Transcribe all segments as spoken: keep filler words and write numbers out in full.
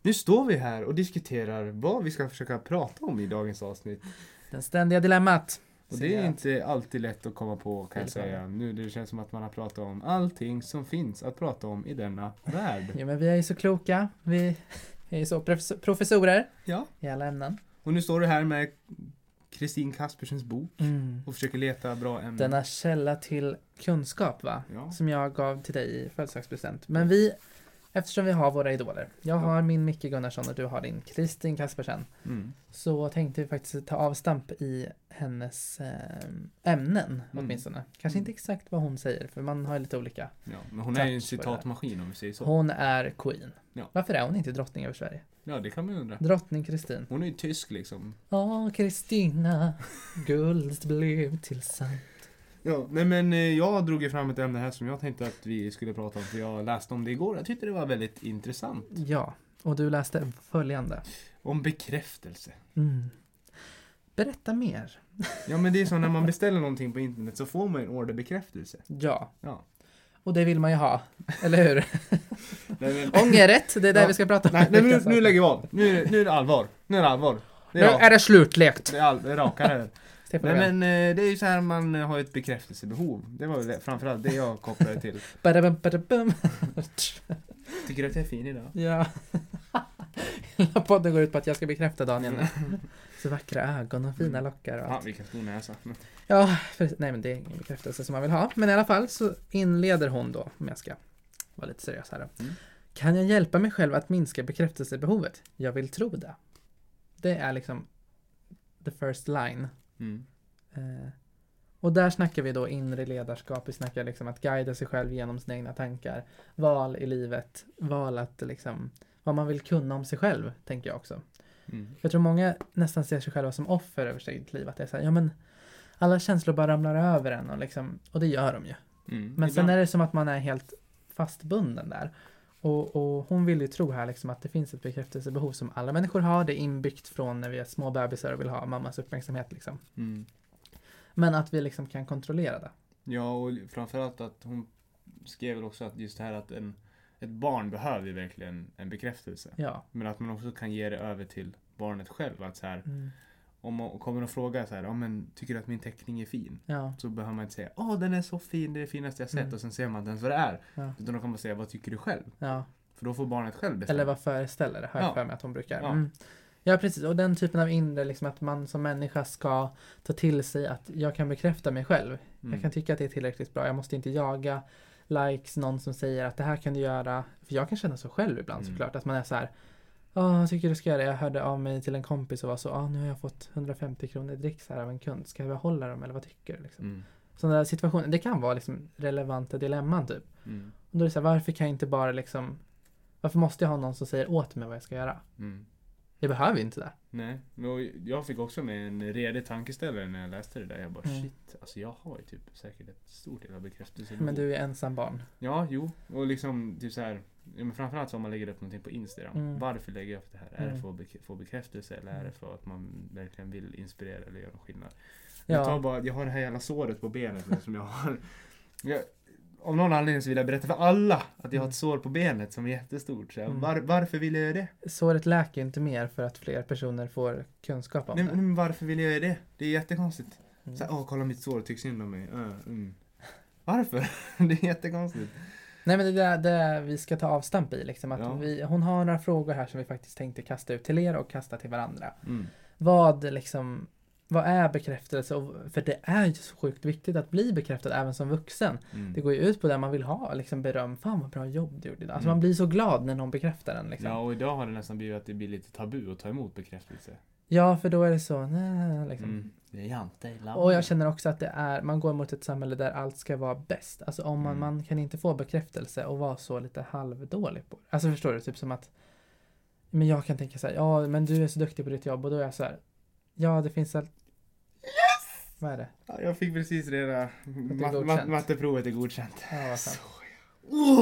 Nu står vi här och diskuterar vad vi ska försöka prata om i dagens avsnitt. Den ständiga dilemmat. Och det är inte alltid lätt att komma på, kan jag säga. Nu det känns som att man har pratat om allting som finns att prata om i denna värld. Ja, men vi är ju så kloka. Vi är ju så professorer Ja. i alla ämnen. Och nu står du här med Kristin Kaspersens bok Mm. och försöker leta bra ämnen. Denna källa till kunskap, va? Ja. Som jag gav till dig i födelsedagspresent. Men vi, eftersom vi har våra idoler. Jag har Ja. min Micke Gunnarsson och du har din Kristin Kaspersen. Mm. Så tänkte vi faktiskt ta avstamp i hennes eh, ämnen, Mm. åtminstone. Kanske inte exakt vad hon säger, för man har ju lite olika. Ja, men hon är ju en Touch på det citatmaskin om vi säger så. Hon är queen. Ja. Varför är hon inte drottning över Sverige? Ja, det kan man undra. Drottning Kristin. Hon är ju tysk liksom. Åh, Kristina, guld blev till sand. Ja, nej men eh, jag drog ju fram ett ämne här som jag tänkte att vi skulle prata om, för jag läste om det igår. Jag tyckte det var väldigt intressant. Ja, och du läste följande. Om bekräftelse. Mm. Berätta mer. Ja, men det är så när man beställer någonting på internet så får man en orderbekräftelse. Ja, Ja. och det vill man ju ha, eller hur? Nej, men, Ångerrätt, det är det Ja. vi ska prata om. nej, nej, nu, nu lägger vi av. Nu, är det- nu är det allvar. Nu är det allvar. Det Nu är, är det slutlekt. det är, all, det är raka här. Stefan Nej, Löfven. men eh, det är ju så här man eh, har ett bekräftelsebehov. Det var väl framförallt det jag kopplade till. Badabum, badabum. Tycker du att jag är fin idag? Ja. Hela podden går ut på att jag ska bekräfta Daniel. Så vackra ögon och fina lockar och Ja, allt. vilken stor näsa. Ja, för, nej men det är ingen bekräftelse som man vill ha. Men i alla fall så inleder hon då, om jag ska vara lite seriös här då. Mm. Kan jag hjälpa mig själv att minska bekräftelsebehovet? Jag vill tro det. Det är liksom the first line. Mm. Eh, och där snackar vi då inre ledarskap. Vi snackar liksom att guida sig själv genom sina egna tankar. Val i livet. Val att liksom, vad man vill kunna om sig själv, tänker jag också. Mm. Jag tror många nästan ser sig själva som offer över sitt liv. Att det är så här, ja men alla känslor bara ramlar över en och liksom, och det gör de ju. Mm. Men sen Ibland- är det som att man är helt fastbunden där. Och, och hon vill ju tro här liksom att det finns ett bekräftelsebehov som alla människor har. Det är inbyggt från när vi är små bebisar och vill ha mammas uppmärksamhet liksom. Mm. Men att vi liksom kan kontrollera det. Ja, och framförallt att hon skrev väl också att just det här att en, ett barn behöver ju verkligen en bekräftelse. Ja. Men att man också kan ge det över till barnet själv. Att så här, Mm. om man kommer och frågar så här, ja men tycker du att min teckning är fin? Ja. Så behöver man inte säga, åh den är så fin, det är det finaste jag sett. Mm. Och sen ser man inte ens vad det är. Ja. Utan då kan man säga, vad tycker du själv? Ja. För då får barnet själv bestämma. Eller vad föreställer det, har jag Ja. för mig att hon brukar. Ja. Mm. Ja, precis. Och den typen av inre, liksom att man som människa ska ta till sig att jag kan bekräfta mig själv. Mm. Jag kan tycka att det är tillräckligt bra. Jag måste inte jaga likes, någon som säger att det här kan du göra. För jag kan känna så själv ibland Mm. såklart. Att man är så här, ja, jag tycker du ska göra det. Jag hörde av mig till en kompis och var så, ja, nu har jag fått hundrafemtio kronor dricks här av en kund. Ska jag behålla dem eller vad tycker du? Liksom. Mm. Sådana där situationer, det kan vara liksom relevanta dilemman typ. Mm. Och då är det så här, varför kan jag inte bara liksom, varför måste jag ha någon som säger åt mig vad jag ska göra? Mm. Jag behöver ju inte det. Nej, men jag fick också med en redig tankeställare när jag läste det där. Jag bara, Mm. shit, alltså jag har ju typ säkert ett stort del av bekräftelse. Men du är ensam barn. Ja, jo. Och liksom typ så här, ja, men framförallt så om man lägger upp någonting på Instagram. Mm. Varför lägger jag upp det här? Är Mm. det för att bek- få bekräftelse eller är Mm. det för att man verkligen vill inspirera eller göra skillnad? Ja. Jag tar bara, jag har det här jävla såret på benet nu som jag har. Jag, av någon anledning så vill jag berätta för alla att jag har ett sår på benet som är jättestort. Så jag, Mm. var, varför vill jag göra det? Såret läker inte mer för att fler personer får kunskap om Nej, det. men varför vill jag göra det? Det är jättekonstigt. Mm. Så här, åh, kolla mitt sår, tycks synd om mig. Uh, mm. Varför? Det är jättekonstigt. Nej, men det är det, det vi ska ta avstamp i. Liksom, att Ja. vi, hon har några frågor här som vi faktiskt tänkte kasta ut till er och kasta till varandra. Mm. Vad liksom, vad är bekräftelse? Och, för det är ju så sjukt viktigt att bli bekräftad även som vuxen. Mm. Det går ju ut på det man vill ha, liksom beröm. Fan vad bra jobb du gjorde idag. Alltså Mm. man blir så glad när någon bekräftar en. Liksom. Ja, och idag har det nästan blivit att det blir lite tabu att ta emot bekräftelse. Ja, för då är det så, nej, liksom. Mm. Det är jante, Och jag känner också att det är, man går mot ett samhälle där allt ska vara bäst. Alltså om man, Mm. man kan inte få bekräftelse och vara så lite halvdålig på det. Alltså förstår du, typ som att, men jag kan tänka så här, ja men du är så duktig på ditt jobb och då är jag så här, ja det finns allt. Yes! Vad är det? Ja, jag fick precis reda, är mat- godkänt. mat- matteprovet är godkänt. Ja, vad fan. Åh,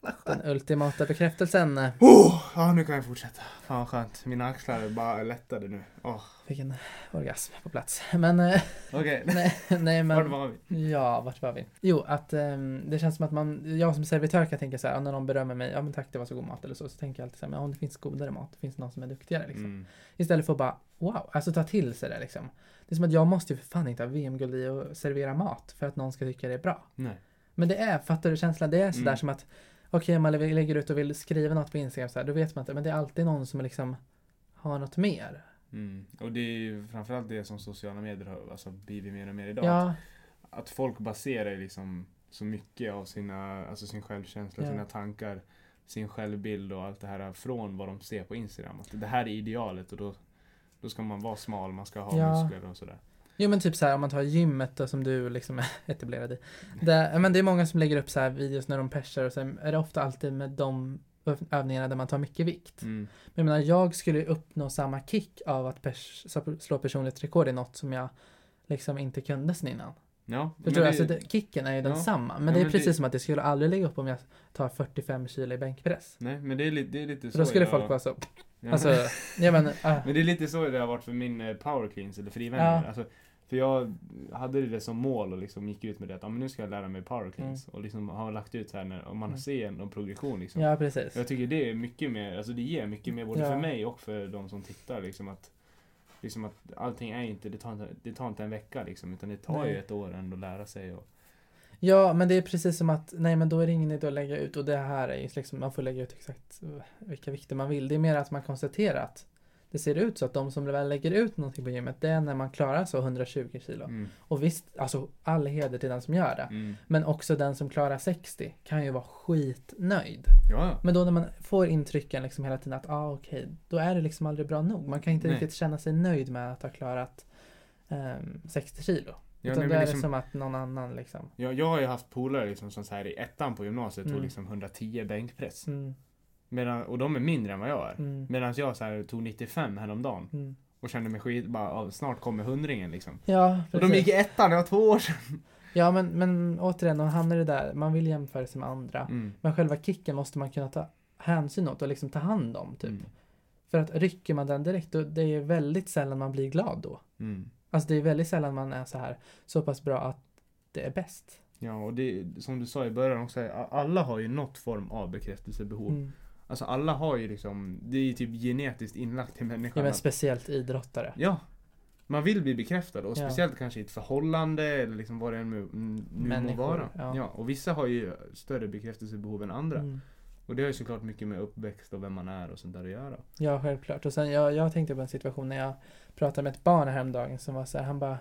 Den ultimata bekräftelsen. Oh, ja, nu kan jag fortsätta. Fan vad skönt. Mina axlar är bara lättade nu. Oh. Fick en orgasm på plats. Men... eh, Okej, nej, nej men... vart var vi? Ja, vart var vi? Jo, att ehm, det känns som att man... Jag som servitör kan tänka så här, ja, när någon berömmer mig, ja men tack det var så god mat eller så. Så tänker jag alltid så här, men om det finns godare mat, det finns någon som är duktigare liksom. Mm. Istället för att bara, wow, alltså ta till sig det liksom. Det är som att jag måste ju för fan inte ha V M-guld i att servera mat för att någon ska tycka det är bra. Nej. Men det är, fattar du känslan? Det är sådär Mm. som att, okej okay, om man lägger ut och vill skriva något på Instagram så här, då vet man inte, men det är alltid någon som liksom har något mer. Mm. Och det är ju framförallt det som sociala medier har alltså, blivit mer och mer idag. Ja, Att, att folk baserar liksom så mycket av sina, alltså sin självkänsla, Ja. sina tankar, sin självbild och allt det här från vad de ser på Instagram. Att det här är idealet och då, då ska man vara smal, man ska ha Ja. muskler och sådär. jo men typ så här om man tar gymmet då, som du liksom är etablerad i. Det, ja, men det är många som lägger upp så här videos när de persar och sen är det ofta alltid med de övningarna där man tar mycket vikt. Mm. Men jag menar, jag skulle ju uppnå samma kick av att pers- slå personligt rekord i något som jag liksom inte kunde sen innan. Ja, Förstår du? det- Alltså det, kicken är ju Ja. densamma. Men Ja, det är men precis det- som att det skulle aldrig lägga upp om jag tar fyrtiofem kilo i bänkpress. Nej, men det är, li- det är lite så. För då skulle jag, folk vara så, ja. alltså, ja men, äh, Men det är lite så det har varit för min eh, power cleans eller frivändningar. Ja. Alltså, för jag hade det som mål och liksom gick ut med det att ah, men nu ska jag lära mig power cleans. Och liksom har lagt ut så här när, om man Mm. ser någon progression liksom. ja precis. Jag tycker det är mycket mer, alltså det ger mycket mer både Ja. för mig och för de som tittar liksom att liksom att allting är inte, det tar inte, det tar inte en vecka liksom utan det tar Nej. ju ett år ändå att lära sig och Ja, men det är precis som att, nej men då är det ingen idé att lägga ut, och det här är ju liksom, man får lägga ut exakt vilka vikter man vill. Det är mer att man konstaterar att det ser ut så att de som väl lägger ut någonting på gymmet, det är när man klarar så hundratjugo kilo. mm, Och visst, alltså all heder till den som gör det. mm. Men också den som klarar sextio kan ju vara skitnöjd. Ja, ja. Men då när man får intrycken liksom hela tiden att, ah okej, då är det liksom aldrig bra nog. Man kan inte Nej. riktigt känna sig nöjd med att ha klarat ehm, sextio kilo. Ja, Utan nej, då men är liksom- det som att någon annan liksom. Jag, jag har ju haft polare liksom som så här i ettan på gymnasiet tog Mm. liksom hundratio bänkpress. Mm, Medan, och de är mindre än vad jag är. mm, Medan jag så här tog nittiofem häromdagen. mm. Och kände mig skit, bara ah, snart kommer hundringen liksom. Ja, Och precis. de gick i ettan, det var två år sedan. Ja, men, men återigen, då hamnar det där. Man vill jämföra sig med andra. Mm. Men själva kicken måste man kunna ta hänsyn åt och liksom ta hand om typ. Mm. För att rycker man den direkt, då, det är väldigt sällan man blir glad då. Mm. Alltså det är väldigt sällan man är så här så pass bra att det är bäst. Ja, och det som du sa i början också, a- alla har ju något form av bekräftelsebehov. Mm. Alltså alla har ju liksom, det är ju typ genetiskt inlagt i människan. Ja, men att- speciellt idrottare. ja, man vill bli bekräftad och Ja. speciellt kanske i ett förhållande eller liksom vad det än nu, nu må Människor, vara. ja. Ja, och vissa har ju större bekräftelsebehov än andra. Mm. Och det har ju såklart mycket med uppväxt och vem man är och sånt där att göra. Ja, självklart. Och sen jag, jag tänkte på en situation när jag pratade med ett barn häromdagen som var så här, han bara,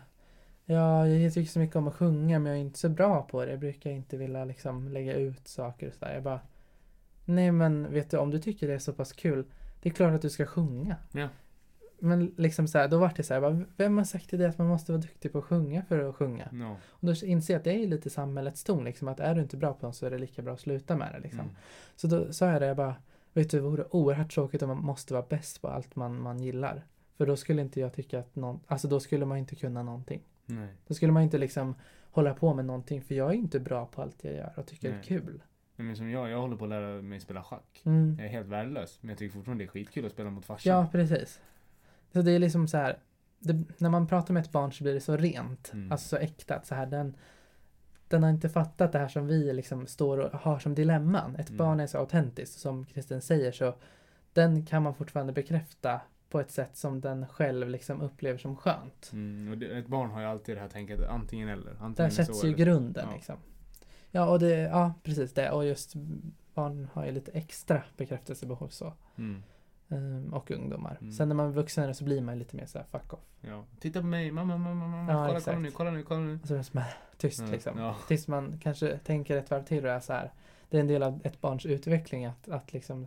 ja, jag tycker så mycket om att sjunga men jag är inte så bra på det. Jag brukar inte vilja liksom lägga ut saker och så där. Jag bara, nej men vet du, om du tycker det är så pass kul, det är klart att du ska sjunga. Ja. Men liksom så här, då var det så här, bara, vem har sagt till det att man måste vara duktig på att sjunga för att sjunga? No. Och då inser jag att det är lite samhällets ton, liksom, att är du inte bra på något så är det lika bra att sluta med det. Liksom. Mm. Så då sa jag det, jag bara, vet du, det vore oerhört tråkigt om man måste vara bäst på allt man, man gillar. För då skulle inte jag tycka att någon, alltså då skulle man inte kunna någonting. Nej. Då skulle man inte liksom hålla på med någonting, för jag är inte bra på allt jag gör och tycker Nej. det är kul. Men som jag, jag håller på att lära mig spela schack. Mm. Jag är helt värdelös, men jag tycker fortfarande det är skitkul att spela mot farsan. Ja, precis. Så det är liksom så här, det, när man pratar med ett barn så blir det så rent, Mm. alltså så äkta, att så här, den, den har inte fattat det här som vi liksom står och har som dilemman. Ett Mm. barn är så autentiskt, som Kristin säger, så den kan man fortfarande bekräfta på ett sätt som den själv liksom upplever som skönt. Mm, och det, ett barn har ju alltid det här tänket antingen eller. Antingen Där så sätts ju eller. grunden Ja. liksom. Ja, och det, ja, precis det. Och just barn har ju lite extra bekräftelsebehov så. Mm, Um, och ungdomar. Mm. Sen när man är vuxen så blir man lite mer så här fuck off. ja. Titta på mig, mamma, mamma, mamma. Ja, kolla, exakt. kolla nu, kolla nu, kolla nu. Och så är det som är tyst Ja, liksom. ja. Tills man kanske tänker ett varv till och är så här. Det är en del av ett barns utveckling att, att liksom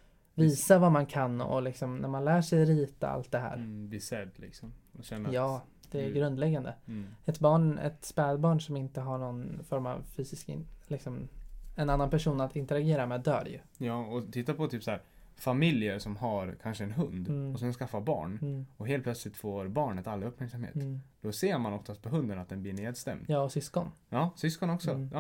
visa vad man kan, och liksom när man lär sig rita allt det här. Mm, bli sedd liksom. Och känna att, Ja, det är Mm. grundläggande. mm, Ett barn, ett spädbarn som inte har någon form av fysisk, in, liksom en annan person att interagera med dör ju. ja, och titta på typ så här familjer som har kanske en hund Mm. och sen skaffar barn Mm. och helt plötsligt får barnet all uppmärksamhet. Mm. Då ser man oftast på hunden att den blir nedstämd. Ja, och syskon. Ja, syskon också. Mm. Ja.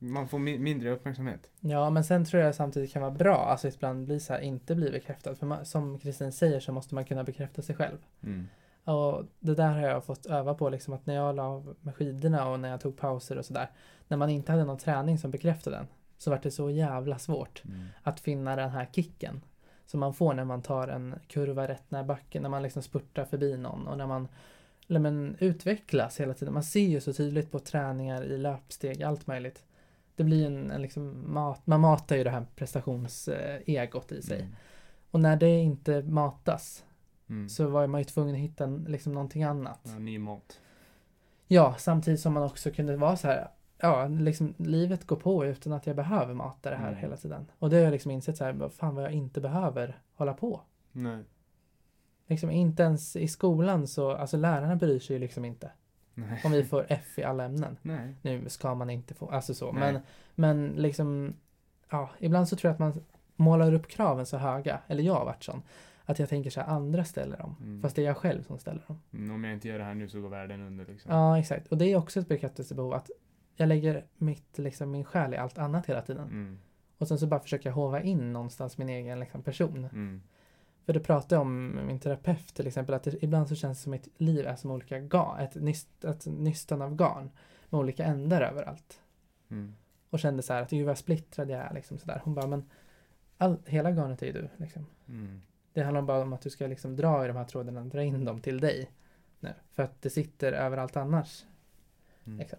man får mi- mindre uppmärksamhet. Ja, men sen tror jag samtidigt kan vara bra. Alltså ibland bli så här, inte bli bekräftad. För man, som Kristin säger så måste man kunna bekräfta sig själv. Mm. Och det där har jag fått öva på liksom, att när jag la av med skidorna och när jag tog pauser och sådär. När man inte hade någon träning som bekräftade den. Så var det så jävla svårt Mm. att finna den här kicken. Som man får när man tar en kurva rätt när backen. När man liksom spurtar förbi någon. Och när man eller men, utvecklas hela tiden. Man ser ju så tydligt på träningar i löpsteg. Allt möjligt. Det blir en, en liksom mat, man matar ju det här prestationsegot i sig. Mm. Och när det inte matas Mm. så var man ju tvungen att hitta liksom någonting annat. Ja, ny mat. Ja, samtidigt som man också kunde vara så här, ja, liksom livet går på utan att jag behöver mata det här Mm. hela tiden. Och det har jag liksom insett så här, vad fan vad jag inte behöver hålla på. Nej. Liksom inte ens i skolan så, alltså lärarna bryr sig ju liksom inte. Nej. Om vi får F i alla ämnen. Nej. Nu ska man inte få, alltså så. Nej. Men, men liksom, ja, ibland så tror jag att man målar upp kraven så höga, eller jag har varit sån, att jag tänker så här, andra ställer dem. Mm. Fast det är jag själv som ställer dem. Mm, om jag inte gör det här nu så går världen under liksom. Ja, exakt. Och det är också ett bekräftelsebehov att jag lägger mitt, liksom, min själ i allt annat hela tiden. Mm. Och sen så bara försöker jag hova in någonstans min egen liksom, person. Mm. För det pratade jag om med min terapeut till exempel, att det, ibland så känns det som ett liv är som olika garn, ett, nyst, ett nystan av garn med olika ändar överallt. Mm. Och kände så här att gud vad splittrad jag är liksom sådär. Hon bara, men all, hela garnet är ju du liksom. Mm. Det handlar bara om att du ska liksom dra i de här trådarna, dra in dem till dig nu. För att det sitter överallt annars. Mm. Liksom.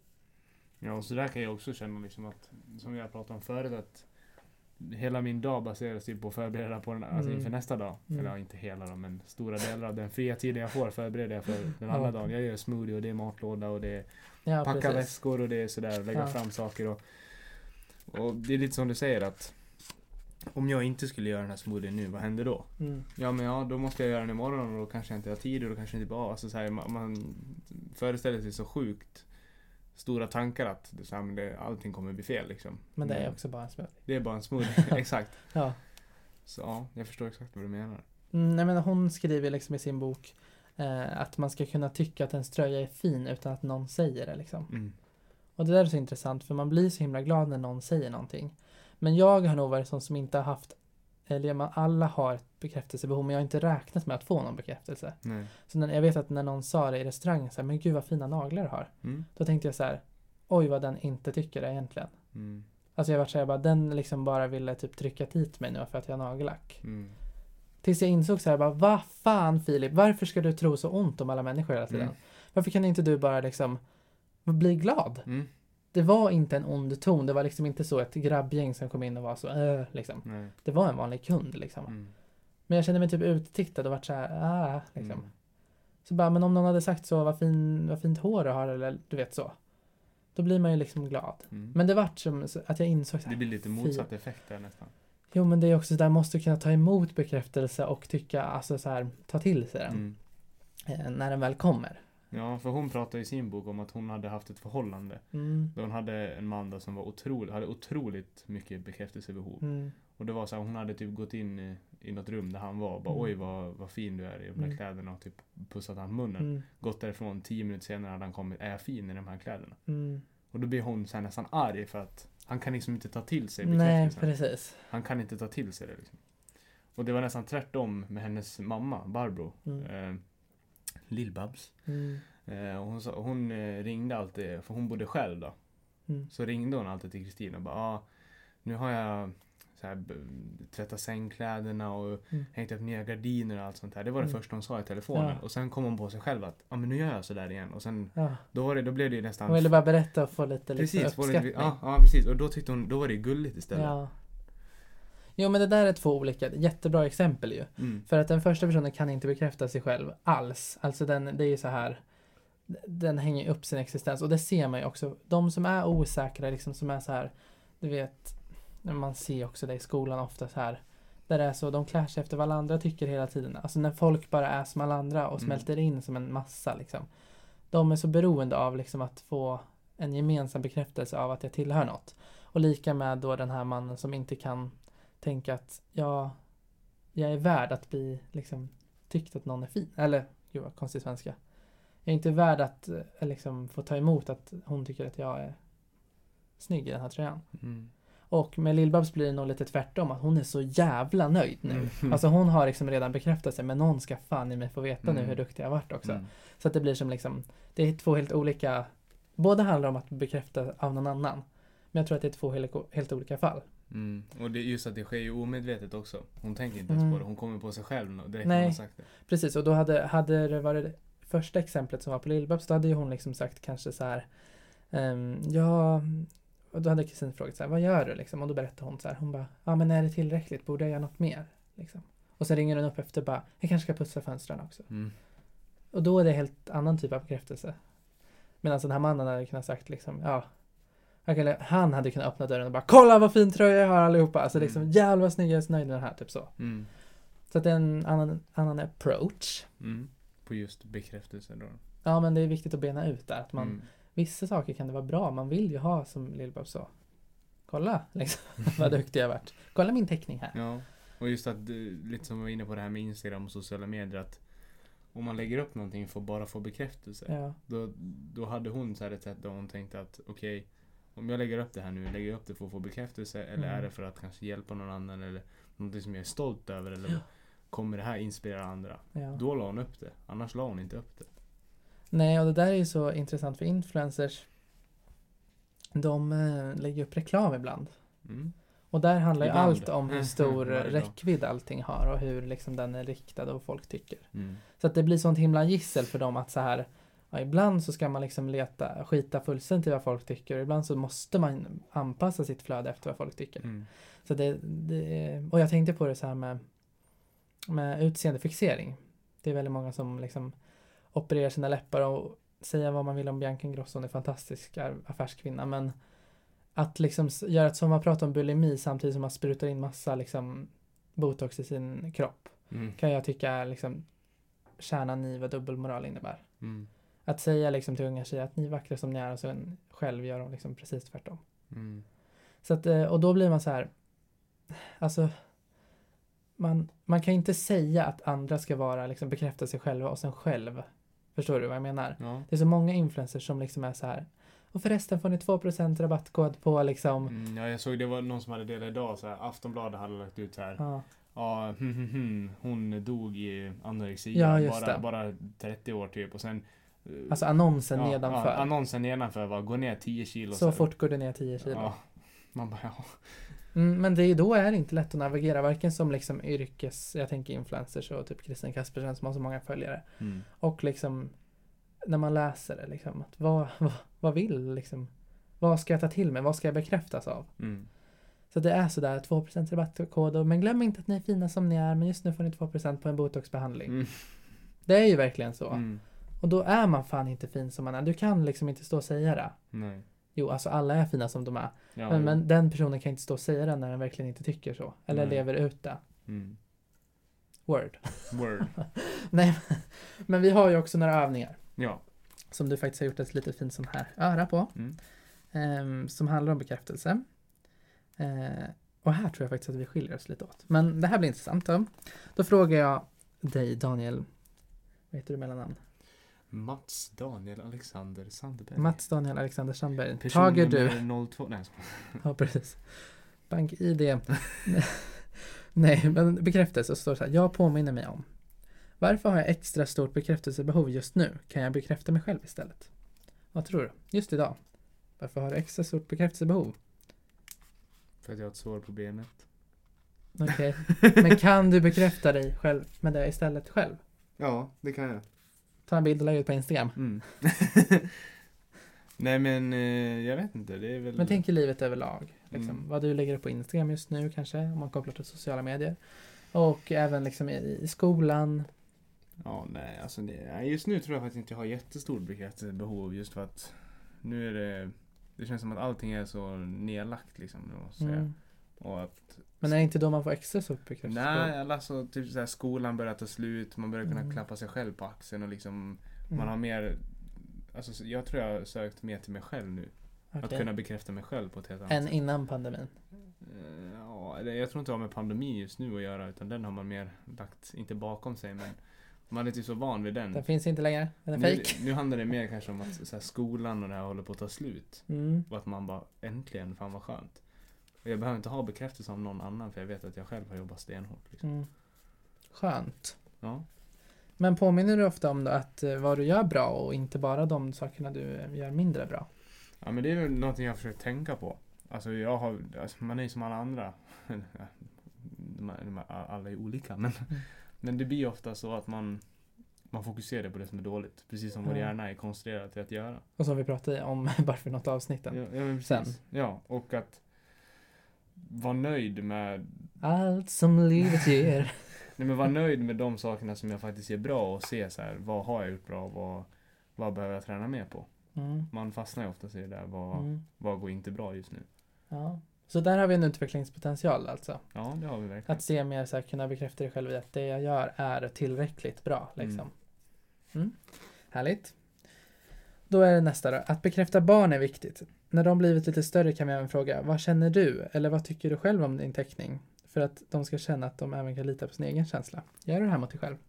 Ja, och så där kan jag också känna liksom att, som jag pratade om förut, att hela min dag baseras ju på att förbereda på den, alltså Mm. inför nästa dag. Mm. Eller ja, inte hela då, men stora delar av den fria tiden jag får förbereder jag för den andra Ja. dagen. Jag gör smoothie och det är matlåda och det är Ja, packa precis. väskor och det är sådär, lägga Ja. fram saker och, och det är lite som du säger att om jag inte skulle göra den här smoothien nu, vad händer då? Mm. Ja men ja, då måste jag göra den imorgon och då kanske jag inte har tid och då kanske jag inte bara, alltså så här, man, man föreställer sig så sjukt stora tankar att det, så här, men det, allting kommer bli fel liksom. Men det är också bara en smoothie. Det är bara en smoothie, exakt. Ja. Så ja, jag förstår exakt vad du menar. Mm, nej, men hon skriver liksom i sin bok eh, att man ska kunna tycka att en tröja är fin utan att någon säger det liksom. Mm. Och det där är så intressant för man blir så himla glad när någon säger någonting. Men jag har nog varit sån som inte har haft, eller man, alla har ett bekräftelsebehov men jag har inte räknat med att få någon bekräftelse. Nej. Så när, jag vet att när någon sa det i restaurangen så här, men gud vad fina naglar du har. Mm. Då tänkte jag så här, oj vad den inte tycker det egentligen. Mm. Alltså jag var så här, bara, den liksom bara ville typ trycka dit mig nu för att jag har nagellack. Mm. Tills jag insåg så här, bara, vad fan Filip, varför ska du tro så ont om alla människor hela tiden? Mm. Varför kan inte du bara liksom bli glad? Mm. Det var inte en ond ton, det var liksom inte så ett grabbgäng som kom in och var så, äh, liksom. Nej. Det var en vanlig kund liksom. Mm. Men jag kände mig typ uttittad och vart så här, ah, liksom. Mm. Så bara, men om någon hade sagt så, vad, fin, vad fint hår du har, eller du vet så. Då blir man ju liksom glad. Mm. Men det vart som så att jag insåg så här, Det blir lite motsatt effekt där nästan. jo men det är också så där, måste kunna ta emot bekräftelse och tycka, alltså så här, ta till sig den. Mm. Eh, när den väl kommer. Ja, för hon pratade i sin bok om att hon hade haft ett förhållande. Mm. Då hon hade en man då som var otroligt, hade otroligt mycket bekräftelsebehov. Mm. Och det var så här, hon hade typ gått in i, i något rum där han var och bara Mm. oj vad, vad fin du är i de här Mm. kläderna och typ pussat han på munnen. Mm. Gått därifrån, tio minuter senare hade han kommit, är jag fin i de här kläderna? Mm. Och då blir hon så här nästan arg för att han kan liksom inte ta till sig Nej, bekräftelsen. precis. Han kan inte ta till sig det liksom. Och det var nästan tvärtom med hennes mamma, Barbro. Mm. Eh, Lill-Babs. Mm. Eh, och hon, sa, hon eh, ringde alltid, för hon bodde själv då. Mm. Så ringde hon alltid till Kristina och bara, ah, nu har jag så här, b- tvättat sängkläderna och Mm. hängt upp nya gardiner och allt sånt här. Det var det Mm. första hon sa i telefonen. Ja. Och sen kom hon på sig själv att, ja ah, men nu gör jag så där igen. Och sen, Ja. då, var det, då blev det ju nästan... Hon ville bara berätta och få lite liksom, precis, få uppskattning. lite, ja, ja, precis. Och då tyckte hon, då var det gulligt istället. Ja. Jo men det där är två olika, jättebra exempel ju. Mm. För att den första personen kan inte bekräfta sig själv alls. Alltså den, det är ju så här, den hänger upp sin existens. Och det ser man ju också. De som är osäkra, liksom som är så här, du vet, man ser också det i skolan ofta så här. Där det är så, de klär sig efter vad alla andra tycker hela tiden. Alltså när folk bara är som alla andra och Mm. smälter in som en massa liksom. De är så beroende av liksom att få en gemensam bekräftelse av att jag tillhör något. Och lika med då den här mannen som inte kan tänka att jag, jag är värd att bli liksom tyckt att någon är fin. Eller, gud vad konstig svenska. Jag är inte värd att eh, liksom få ta emot att hon tycker att jag är snygg i den här tröjan. Mm. Och med Lill-Babs blir det nog lite tvärtom, att hon är så jävla nöjd nu. Mm. Alltså hon har liksom redan bekräftat sig, men någon ska fan i mig få veta Mm. nu hur duktig jag har varit också. Mm. Så att det blir som liksom, det är två helt olika, båda handlar om att bekräfta av någon annan. Men jag tror att det är två helt, helt olika fall. Mm. Och det är just att det sker ju omedvetet också. Hon tänker inte ens Mm. på det. Hon kommer på sig själv direkt när Nej. hon har sagt det. Precis, och då hade, hade det varit det första exemplet som var på Lill-Babs, då hade ju hon liksom sagt kanske så här, ehm, ja, och då hade Kristin frågat så här, vad gör du liksom? Och då berättade hon så här, hon bara, ja men är det tillräckligt? Borde jag göra något mer? Liksom. Och så ringer hon upp efter bara, jag kanske ska putsa fönstren också. Mm. Och då är det helt annan typ av bekräftelse. Medan den här mannen hade kunnat sagt liksom, ja, eller han hade kunnat öppna dörren och bara, kolla vad fin tröja jag har allihopa. Alltså liksom, Mm. jävlar vad snygg jag är, så nöjd med den här, typ så. Mm. Så att det är en annan, annan approach. Mm. På just bekräftelse då. Ja, men det är viktigt att bena ut där. Att man, Mm. vissa saker kan det vara bra. Man vill ju ha, som Lill-Babs sa. Kolla, liksom, vad duktig jag har varit. Kolla min teckning här. Ja, och just att eh, lite som vi var inne på det här med Instagram och sociala medier, att om man lägger upp någonting för bara få bekräftelse, Ja, då, då hade hon så här ett sätt där hon tänkte att okej, om jag lägger upp det här nu, lägger jag upp det för att få bekräftelse, eller Mm. är det för att kanske hjälpa någon annan, eller någonting som jag är stolt över, eller Ja. kommer det här inspirera andra? ja. Då la hon upp det, annars la hon inte upp det. Nej, och det där är ju så intressant för influencers. De eh, lägger upp reklam ibland. Mm. Och där handlar ju Ibland. allt om hur Mm, stor varje dag. räckvidd allting har och hur liksom den är riktad och vad folk tycker. Mm. Så att det blir sånt himla gissel för dem att så här, ja, ibland så ska man liksom leta, skita fullständigt i vad folk tycker, och ibland så måste man anpassa sitt flöde efter vad folk tycker. Mm. Så det, det, och jag tänkte på det så här med, med utseendefixering. Det är väldigt många som liksom opererar sina läppar och säger vad man vill om Bianca Ingrosso, hon är en fantastisk affärskvinna, men att liksom s- göra ett, som man pratar om, bulimi samtidigt som man sprutar in massa liksom botox i sin kropp, Mm. kan jag tycka är liksom kärnan i vad dubbelmoral innebär. Mm. Att säga liksom till unga tjejer att ni är vackra som ni är, och sen själv gör de liksom precis tvärtom. Mm. Så att, eh, och då blir man så här, alltså man, man kan inte säga att andra ska vara liksom bekräfta sig själva och sen själv. Förstår du vad jag menar? Ja. Det är så många influencers som liksom är så här, och förresten får ni två procent rabattkod på liksom, Mm, ja, jag såg det var någon som hade delat idag så här, Aftonbladet hade lagt ut så här. ja, Ja, hm, hm, hm, hon dog i anorexia, Ja, just bara, det. bara trettio år typ, och sen eh, alltså annonsen ja, nedanför. Ja, annonsen nedanför var gå ner tio kilo. så fort går det ner tio kilo. Ja, man bara ja. Mm, men det är, då är det inte lätt att navigera, varken som liksom yrkes, jag tänker influencers och typ Kristin Kaspersen som har så många följare, Mm. och liksom när man läser det liksom, att vad, vad, vad vill liksom, vad ska jag ta till mig, vad ska jag bekräftas av? Mm. Så det är sådär, två procent rabattkod, och, men glöm inte att ni är fina som ni är, men just nu får ni två procent på en botoxbehandling. Mm. Det är ju verkligen så. Mm. Och då är man fan inte fin som man är. Du kan liksom inte stå och säga det. Nej. Jo, alltså alla är fina som de är. Ja, men, men den personen kan inte stå och säga det när den verkligen inte tycker så. Eller Nej. lever ut det. Mm. Word. Word. Nej, men vi har ju också några övningar. Ja. Som du faktiskt har gjort ett litet fint sån här öra på. Mm. ehm, som handlar om bekräftelse. Eh, och här tror jag faktiskt att vi skiljer oss lite åt. Men det här blir intressant då. Då frågar jag dig, Daniel. Vad heter du mellannamn? Mats Daniel Alexander Sandberg. Mats Daniel Alexander Sandberg. Person Tager du? nummer noll två. Nej, så- Ja, precis. Bank-I D. Nej, men bekräftelse står så här. Jag påminner mig om. Varför har jag extra stort bekräftelsebehov just nu? Kan jag bekräfta mig själv istället? Vad tror du? Just idag. Varför har du extra stort bekräftelsebehov? För att jag har ett sår på benet. Okej. Men kan du bekräfta dig själv med det istället själv? Ja, det kan jag. Ta en bild och lägga ut på Instagram. Mm. Nej, men eh, jag vet inte. Det är väl... Men tänk i livet överlag. Liksom. Mm. Vad du lägger upp på Instagram just nu kanske. Om man kopplar till sociala medier. Och även liksom i, i skolan. Ja, nej, alltså det, nej, just nu tror jag faktiskt inte jag har jättestort bekräftelsebehov, just för att nu är det, det känns som att allting är så nedlagt liksom, nu måste jag säga. Mm. Och att, Men är det inte då man får extra stort bekräftelsebehov? nej, alltså typ så här, skolan börjar ta slut, man börjar kunna Mm. klappa sig själv på axeln och liksom, Mm. man har mer, alltså så- jag tror jag har sökt mer till mig själv nu. Att Okej. kunna bekräfta mig själv på ett helt annat Än sätt. innan pandemin. Eh, Ja, eller jag tror inte det har med pandemin just nu att göra, utan den har man mer lagt, inte bakom sig, men Man är typ så van vid den. Den finns inte längre. Den är Nu, fake. nu handlar det mer kanske om att så här, skolan och det här håller på att ta slut. Mm. Och att man bara, äntligen, fan vad skönt. Och jag behöver inte ha bekräftelse av någon annan för jag vet att jag själv har jobbat stenhårt. Liksom. Mm. Skönt. Ja. Men påminner du ofta om då att eh, vad du gör bra och inte bara de sakerna du eh, gör mindre bra? Ja, men det är ju någonting jag försöker tänka på. Alltså jag har, alltså, man är ju som alla andra. de är, de är, alla är olika, men, Mm. men det blir ofta så att man, man fokuserar på det som är dåligt. Precis som vår Ja. hjärna är konstruerad till att göra. Och som vi pratade om bara för något avsnitten. Ja, ja, men Sen. precis. Ja, och att vara nöjd med, Allt som livet ger. nej men vara nöjd med de sakerna som jag faktiskt är bra och se så här, vad har jag gjort bra och vad, vad behöver jag träna mer på. Mm. Man fastnar ju ofta i det där, vad, Mm. vad går inte bra just nu. Ja. Så där har vi en utvecklingspotential alltså. Ja, det har vi verkligen. Att se mer så här, kunna bekräfta dig själv i att det jag gör är tillräckligt bra. Liksom. Mm. Härligt. Då är det nästa då. Att bekräfta barn är viktigt. När de blivit lite större kan vi även fråga, vad känner du? Eller vad tycker du själv om din teckning? För att de ska känna att de även kan lita på sin egen känsla. Gör du det här mot dig själv?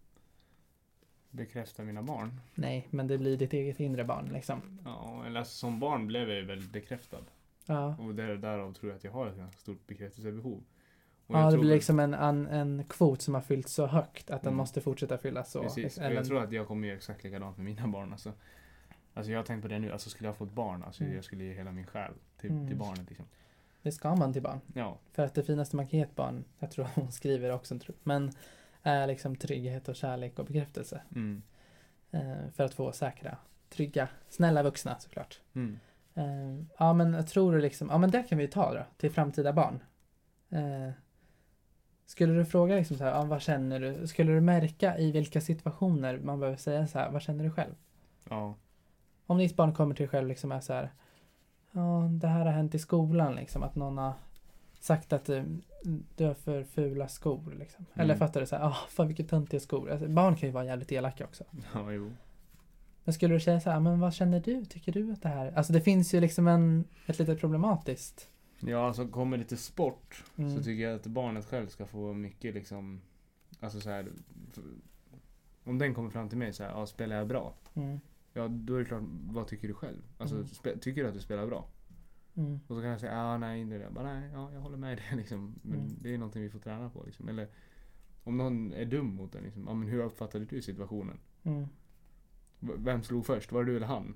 Bekräfta mina barn. Nej, men det blir ditt eget inre barn liksom. Ja, eller alltså, som barn blev jag ju väldigt bekräftad. Ja, Och där, därav tror jag att jag har ett ganska stort bekräftelsebehov. Och ja jag det tror blir väl- liksom en, en, en kvot som har fyllt så högt att den Mm. måste fortsätta fyllas så. Precis, och Även- jag tror att jag kommer göra exakt likadant med mina barn. Alltså, alltså jag har tänkt på det nu, alltså skulle jag få ett barn, alltså Mm. jag skulle ge hela min själ till, Mm. till barnet liksom. Det ska man till barn. Ja, För att det finaste man kan ge ett barn, jag tror hon skriver också, men är liksom trygghet och kärlek och bekräftelse. mm. Eh, för att få säkra, trygga, snälla vuxna såklart. Mm. Eh, ja men jag tror du liksom, ja men det kan vi ta då, till framtida barn. Eh, skulle du fråga liksom så här, ja, vad känner du? Skulle du märka i vilka situationer man behöver säga så här, vad känner du själv? Ja, Om ditt barn kommer till dig själv liksom är så här, ja det här har hänt i skolan liksom, att någon har sagt att du, du har för fula skor liksom. Mm. Eller fattar du så här, ja fan vilka töntiga skor. Alltså, barn kan ju vara jävligt elaka också. ja jo. Men skulle du säga så här, men vad känner du? Tycker du att det här, alltså det finns ju liksom en, ett litet problematiskt. Ja, alltså kommer det till sport Mm. så tycker jag att barnet själv ska få mycket liksom, alltså så här, f- om den kommer fram till mig så här, ja spelar jag bra? Mm. Ja, då är det klart, vad tycker du själv? Alltså, Mm. spe, tycker du att du spelar bra? Mm. Och så kan jag säga, ja nej, inte det. Jag bara, nej, ja, jag håller med dig liksom. Men Mm. det är någonting vi får träna på liksom. Eller om någon är dum mot en liksom, ja men hur uppfattade du situationen? Mm. V- Vem slog först? Var det du eller han?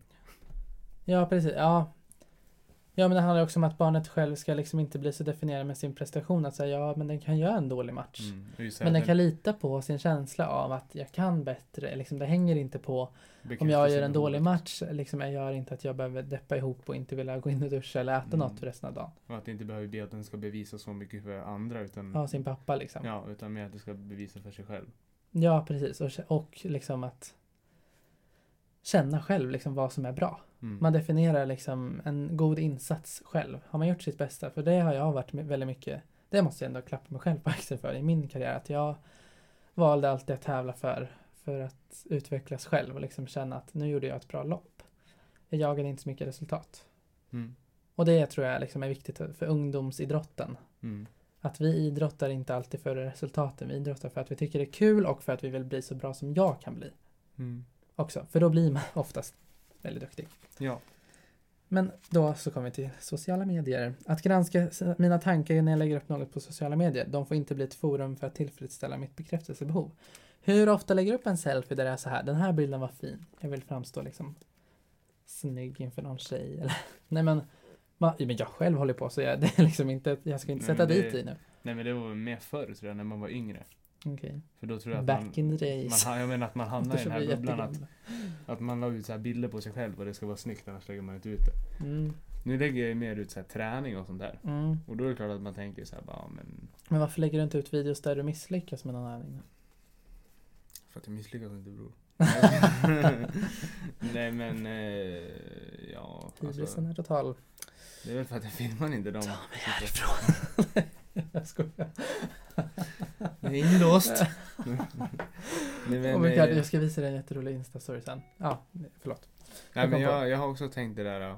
Ja, precis. Ja. Ja, men det handlar också om att barnet själv ska liksom inte bli så definierad med sin prestation. Att säga, ja men den kan göra en dålig match. Mm. Och just så här Men den att kan lita på sin känsla av att jag kan bättre. Liksom, det hänger inte på bekräftar om jag gör sin en dålig behovet. match. Liksom, jag gör inte att jag behöver deppa ihop och inte vilja gå in och duscha eller äta Mm. något för resten av dagen. Och att det inte behöver bli att den ska bevisa så mycket för andra utan, Ja, sin pappa liksom. Ja, ja, utan mer att det ska bevisa för sig själv. precis. Och, och liksom att känna själv liksom vad som är bra. Mm. Man definierar liksom en god insats själv. Har man gjort sitt bästa? För det har jag varit med- väldigt mycket, det måste jag ändå klappa mig själv på axeln för i min karriär. Att jag valde alltid att tävla för, för att utvecklas själv och liksom känna att nu gjorde jag ett bra lopp. Jag jagade inte så mycket resultat. Mm. Och det tror jag liksom är viktigt för ungdomsidrotten. Mm. Att vi idrottar inte alltid för resultaten. Vi idrottar för att vi tycker det är kul och för att vi vill bli så bra som jag kan bli. Mm. Också. För då blir man oftast väldigt duktig. Ja. Men då så kommer vi till sociala medier. Att granska mina tankar när jag lägger upp något på sociala medier. De får inte bli ett forum för att tillfredsställa mitt bekräftelsebehov. Hur ofta lägger du upp en selfie där det är så här, den här bilden var fin. Jag vill framstå liksom snygg inför någon tjej. Eller, nej men, man, men jag själv håller på så jag, det är liksom inte, jag ska inte Nej, sätta men det- dit dig nu. Nej men det var mer förr tror jag när man var yngre. Okej. För då tror jag att Back man, in the days. man, jag menar att man hamnar i den här Eftersom vi är bubblan att, jättegamla. att man la ut så här bilder på sig själv och det ska vara snyggt annars lägger man inte ut det. Mm, Nu lägger jag ju mer ut så här träning och sånt där. mm. Och då är det klart att man tänker så här bara, ja, men Men varför lägger du inte ut videos där du misslyckas med någon övning? för att jag misslyckas inte bror. Nej men, eh, ja. Hybrisen Alltså, är total. det är väl för att jag filmar inte dem. Ta mig härifrån. Jag skojar. Jag är inlåst. Nej, men, Oh my God, eh, jag ska visa dig en jätterolig Insta-story sen. Ja, förlåt. nej, jag men kom på. jag, jag har också tänkt det där.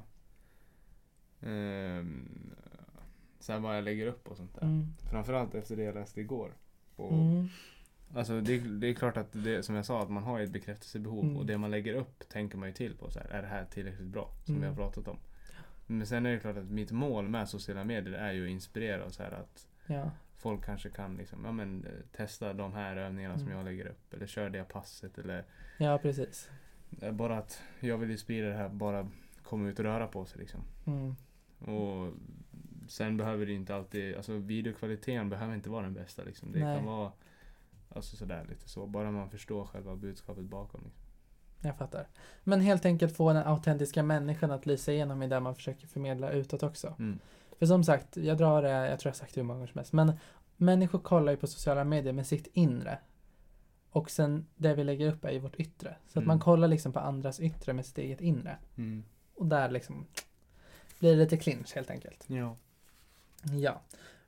ehm, så här vad jag lägger upp och sånt där. Mm. Framförallt efter det jag läste igår. Och Mm. Alltså det, det är klart att det, som jag sa, att man har ett bekräftelsebehov Mm. och det man lägger upp tänker man ju till på så här, är det här tillräckligt bra som Mm. vi har pratat om. Men sen är det klart att mitt mål med sociala medier är ju att inspirera och så här att Ja. folk kanske kan liksom, ja, men, eh, testa de här övningarna Mm. som jag lägger upp eller kör det passet eller Ja, precis. eh, bara att jag vill ju sprida det här, bara komma ut och röra på sig liksom. Mm. Och sen behöver det inte alltid, alltså videokvaliteten behöver inte vara den bästa liksom. Det Nej. kan vara alltså sådär lite så, bara man förstår själva budskapet bakom liksom. Jag fattar. Men helt enkelt få den autentiska människan att lysa igenom i det man försöker förmedla utåt också. Mm. För som sagt, jag drar det, jag tror jag har sagt det hur många gånger som helst, men människor kollar ju på sociala medier med sitt inre. Och sen det vi lägger upp är ju vårt yttre. Så att Mm. man kollar liksom på andras yttre med sitt eget inre. Mm. Och där liksom blir det lite clinch helt enkelt. Ja. Ja.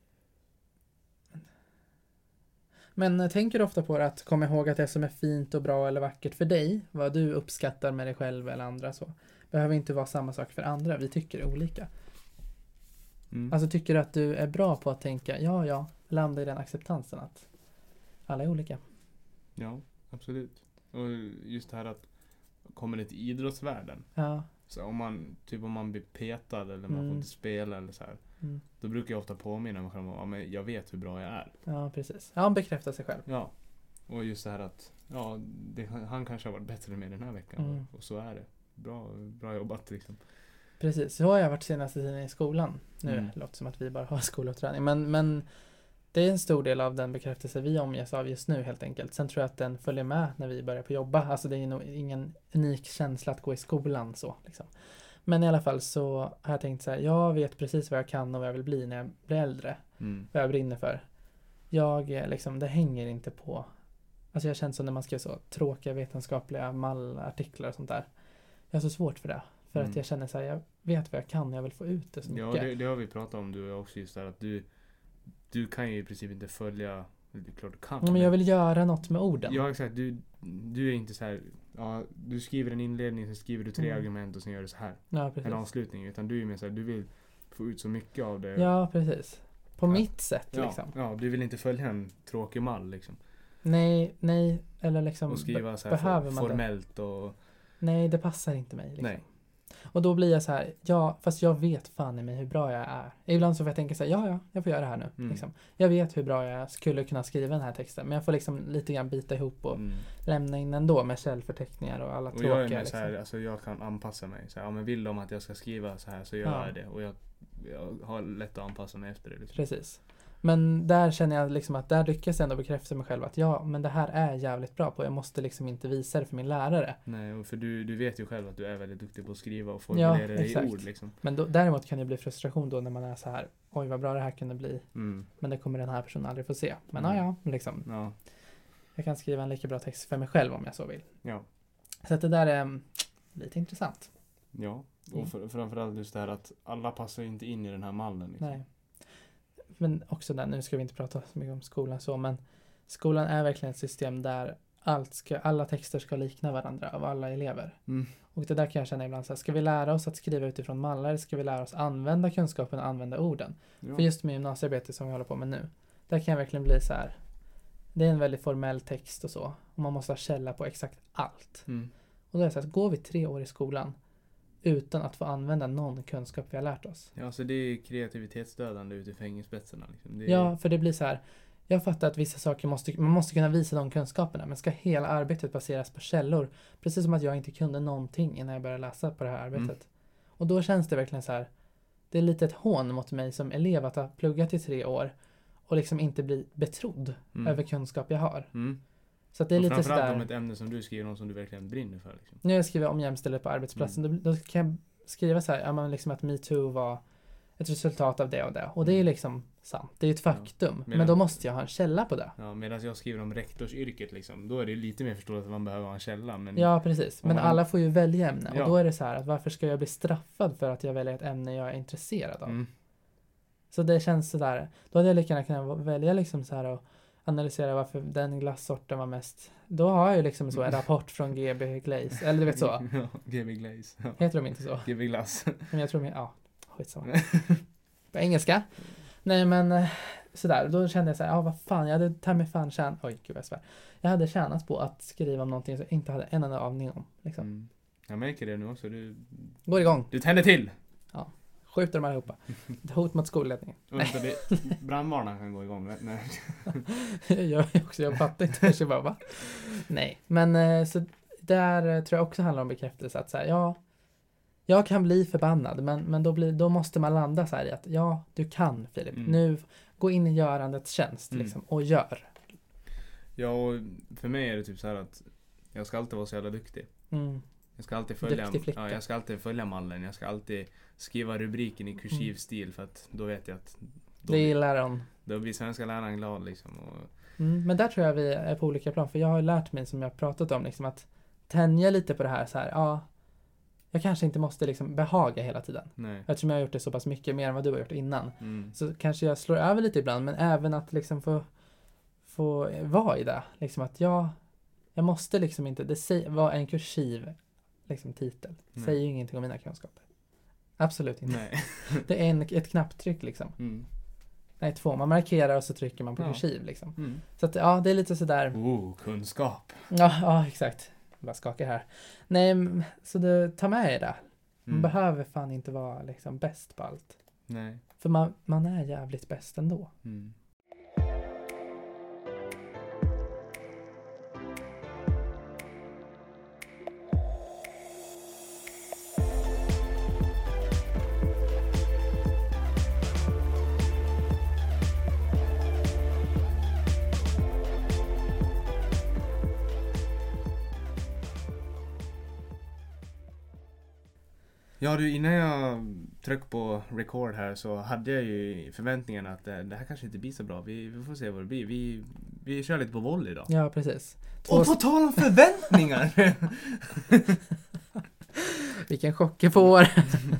Men eh, tänker du ofta på det att komma ihåg att det som är fint och bra eller vackert för dig, vad du uppskattar med dig själv eller andra så, behöver inte vara samma sak för andra. Vi tycker olika. Mm. Alltså tycker du att du är bra på att tänka, ja, ja, landa i den acceptansen att alla är olika. Ja, absolut. Och just det här att kommer det till idrottsvärlden. Ja. Så om man, typ om man blir petad eller man Mm. får inte spela eller så här. Mm. Då brukar jag ofta påminna mig själv om, ja, men jag vet hur bra jag är. Ja, precis. Ja, han bekräftar sig själv. Ja. Och just det här att, ja, det, han kanske har varit bättre än mig den här veckan. Mm. Och, och så är det. Bra, bra jobbat liksom. Precis, så har jag varit senaste tiden i skolan. Nu Mm. låter det som att vi bara har skola och träning. Men, men det är en stor del av den bekräftelse vi omges av just nu helt enkelt. Sen tror jag att den följer med när vi börjar på jobba. Alltså det är nog ingen unik känsla att gå i skolan så. Liksom. Men i alla fall så har jag tänkt så här. Jag vet precis vad jag kan och vad jag vill bli när jag blir äldre. Mm. Vad jag brinner för. Jag eh, liksom, det hänger inte på. Alltså jag känner som när man skriver så tråkiga vetenskapliga mallartiklar och sånt där. Jag har så svårt för det. För Mm. att jag känner så här, jag vet vad jag kan, jag vill få ut det så mycket. Ja, det, det har vi pratat om du och jag också just där att du, du kan ju i princip inte följa, det är klart du kan. Ja, men jag vill göra något med orden. Ja, exakt. Du, du är inte så här, ja, du skriver en inledning, sen skriver du tre Mm. argument och sen gör du så här. Ja, precis. En avslutning. Utan du är mer så här, du vill få ut så mycket av det. Ja, precis. På Ja. mitt sätt ja, liksom. ja, du vill inte följa en tråkig mall liksom. Nej, nej, eller liksom Och skriva be- så här behöver for, man det? formellt och... Nej, det passar inte mig. Liksom. Nej. Och då blir jag så här, ja, fast jag vet fan i mig hur bra jag är. Ibland så får jag tänka så här, ja, ja, jag får göra det här nu. Mm. Liksom. Jag vet hur bra jag skulle kunna skriva den här texten. Men jag får liksom lite grann bita ihop och Mm. lämna in ändå med källförteckningar och alla Och tråkiga. jag är mer så liksom. här, alltså jag kan anpassa mig. Så här, ja, men vill de att jag ska skriva så här så gör Ja. jag det. Och jag, jag har lätt att anpassa mig efter det. Liksom. Precis. Men där känner jag liksom att där lyckas jag ändå bekräfta mig själv att ja, men det här är jag jävligt bra på. Jag måste liksom inte visa det för min lärare. Nej, och för du, du vet ju själv att du är väldigt duktig på att skriva och Ja, formulera det i exakt. ord liksom. Men då, däremot kan det bli frustration då när man är så här, oj vad bra det här kunde bli. Mm. Men det kommer den här personen aldrig få se. Men Mm. ja, ja, liksom. Ja. Jag kan skriva en lika bra text för mig själv om jag så vill. Ja. Så att det där är mm, lite intressant. Ja. Mm. Och för, framförallt just det här att alla passar ju inte in i den här mallen. Liksom. Nej. Men också där, nu ska vi inte prata så mycket om skolan så, men skolan är verkligen ett system där allt ska, alla texter ska likna varandra av alla elever. Mm. Och det där kan jag känna ibland så här, ska vi lära oss att skriva utifrån mallar, ska vi lära oss använda kunskapen och använda orden? Ja. För just med gymnasiearbete som vi håller på med nu, där kan jag verkligen bli så här, det är en väldigt formell text och så, och man måste ha källa på exakt allt. Mm. Och då är det så här, går vi tre år i skolan utan att få använda någon kunskap vi har lärt oss? Ja, så det är kreativitetsdödande ute i fängelsspetsarna. Liksom. Det är, Ja, för det blir så här, jag fattar att vissa saker måste, man måste kunna visa de kunskaperna, men ska hela arbetet baseras på källor? Precis som att jag inte kunde någonting innan jag började läsa på det här arbetet. Mm. Och då känns det verkligen så här, det är lite ett hån mot mig som elev att ha pluggat i tre år och liksom inte bli betrodd Mm. över kunskap jag har. Mm. Så att det är Och lite framförallt sådär, om ett ämne som du skriver om som du verkligen brinner för. Liksom. nu har jag skrivit om jämställdhet på arbetsplatsen, Mm. då, då kan jag skriva så här, ja, men liksom att MeToo var ett resultat av det och det. Och det är ju Mm. liksom sant, det är ju ett faktum. Medan- Men då måste jag ha en källa på det. Ja, medan jag skriver om rektorsyrket liksom, då är det lite mer förståeligt att man behöver ha en källa. Men Ja, precis. om Men man- alla får ju välja ämne. Ja. Och då är det så här att varför ska jag bli straffad för att jag väljer ett ämne jag är intresserad av? Mm. Så det känns så där. Då hade jag lika gärna kunnat välja liksom så här och analysera varför den glassorten var mest. Då har jag ju liksom så en rapport från G B Glaze. Eller du vet så. Ja, G B Glaze. Ja. Heter de inte så? G B Glass. Men jag tror, ja, skitsamma. På engelska. Nej, men eh, sådär, då kände jag så här, ja vad fan, jag hade ta mig fan tjänat, oj gud vad jag svär. Jag hade tjänat på att skriva om någonting som jag inte hade en enda aning om. Liksom. Mm. Jag märker det nu också. Du, Går igång. du tänder till. Skjuter de allihopa. Ett hot mot skolledningen. Undrar det, brandvarnaren kan gå igång. Nej. jag gör ju också, jag fattar inte. Så jag bara, va? Nej, men eh, så där eh, tror jag också handlar om bekräftelse. Att så här, ja, jag kan bli förbannad, men, men då, blir, då måste man landa så här i att ja, du kan Filip. Mm. Nu gå in i görandets tjänst Mm. liksom, och gör. Ja, och för mig är det typ så här att jag ska alltid vara så jävla duktig. Mm. Jag ska alltid följa, Duktig flicka. ja, jag ska alltid följa mallen. Jag ska alltid skriva rubriken i kursiv Mm. stil för att då vet jag att då, Det gillar hon. då blir svenska läraren glad liksom. Och, Mm, men där tror jag vi är på olika plan. För jag har lärt mig, som jag har pratat om, liksom, att tänja lite på det här. Så här, ja, jag kanske inte måste liksom behaga hela tiden. nej. Eftersom jag har gjort det så pass mycket mer än vad du har gjort innan. Mm. Så kanske jag slår över lite ibland. Men även att liksom få, få vara i det. Liksom att jag, jag måste liksom inte, det säger, vara en kursiv liksom, titel. Nej. Säger ju ingenting om mina kunskaper. Absolut inte. Nej. Det är en, ett knapptryck liksom. Mm. Nej, två. Man markerar och så trycker man på Ja. kursiv liksom. Mm. Så att ja, det är lite sådär. Oh, kunskap. Ja, ja exakt. Jag bara skakar här. Nej, m- så du, ta med er det. Man Mm. behöver fan inte vara liksom bäst på allt. Nej. För man, man är jävligt bäst ändå. Mm. Ja du, innan jag tryckte på record här så hade jag ju förväntningen att det, det här kanske inte blir så bra. Vi, vi får se vad det blir. Vi, vi kör lite på volley idag. Ja, precis. Två Och på tal om förväntningar! Vilken chock jag får.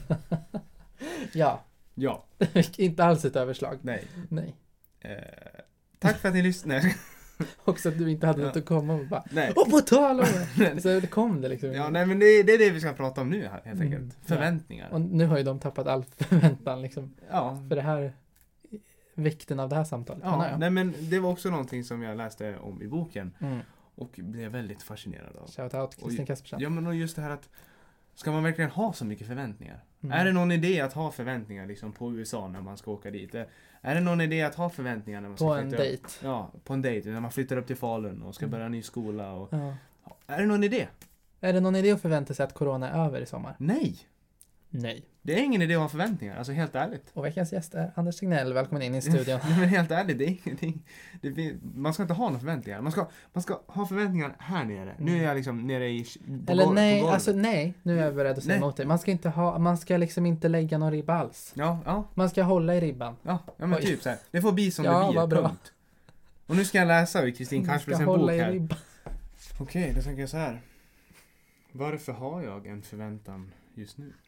Ja, Ja, inte alls ett överslag. nej. Nej. Eh, tack för att ni lyssnade. Också att du inte hade Ja. något att komma och bara, Nej. och på tal om det. Så det kom det liksom. Ja, nej men det, det är det vi ska prata om nu här, helt enkelt. Mm, ja. Förväntningar. Och nu har ju de tappat all förväntan liksom. Ja. För det här, vikten av det här samtalet. menar Ja, jag. nej men det var också någonting som jag läste om i boken Mm. och blev väldigt fascinerad av. Shout out Kristin Oj. Kaspersen. Ja, men och just det här att ska man verkligen ha så mycket förväntningar? Mm. Är det någon idé att ha förväntningar liksom på U S A när man ska åka dit? Är det någon idé att ha förväntningar när man ska På en flytta dejt. Upp? Ja, på en dejt. När man flyttar upp till Falun och ska Mm. börja en ny skola. Och... Ja. Är det någon idé? Är det någon idé att förvänta sig att corona är över i sommar? Nej! Nej. Det är ingen idé att ha förväntningar, alltså helt ärligt. Och veckans gäst är Anders Tegnell. Välkommen in i studion. Nej, men helt ärligt, det är ingenting. Det blir, man ska inte ha några förväntningar. Man ska, man ska ha förväntningar här nere. Nu är jag liksom nere i... På Eller gol- nej, på golvet. alltså nej. Nu är jag beredd att säga Nej. emot dig. Man ska inte ha, man ska liksom inte lägga någon ribba alls. Ja, ja, Man ska hålla i ribban. ja, ja men Oj. typ så här. Det får bli som Ja, det blir, vad bra. punkt. Och nu ska jag läsa ur Kristin Man ska Kaspersens bok hålla i här. ribban. Okej, då tänker jag så här. Varför har jag en förväntan just nu?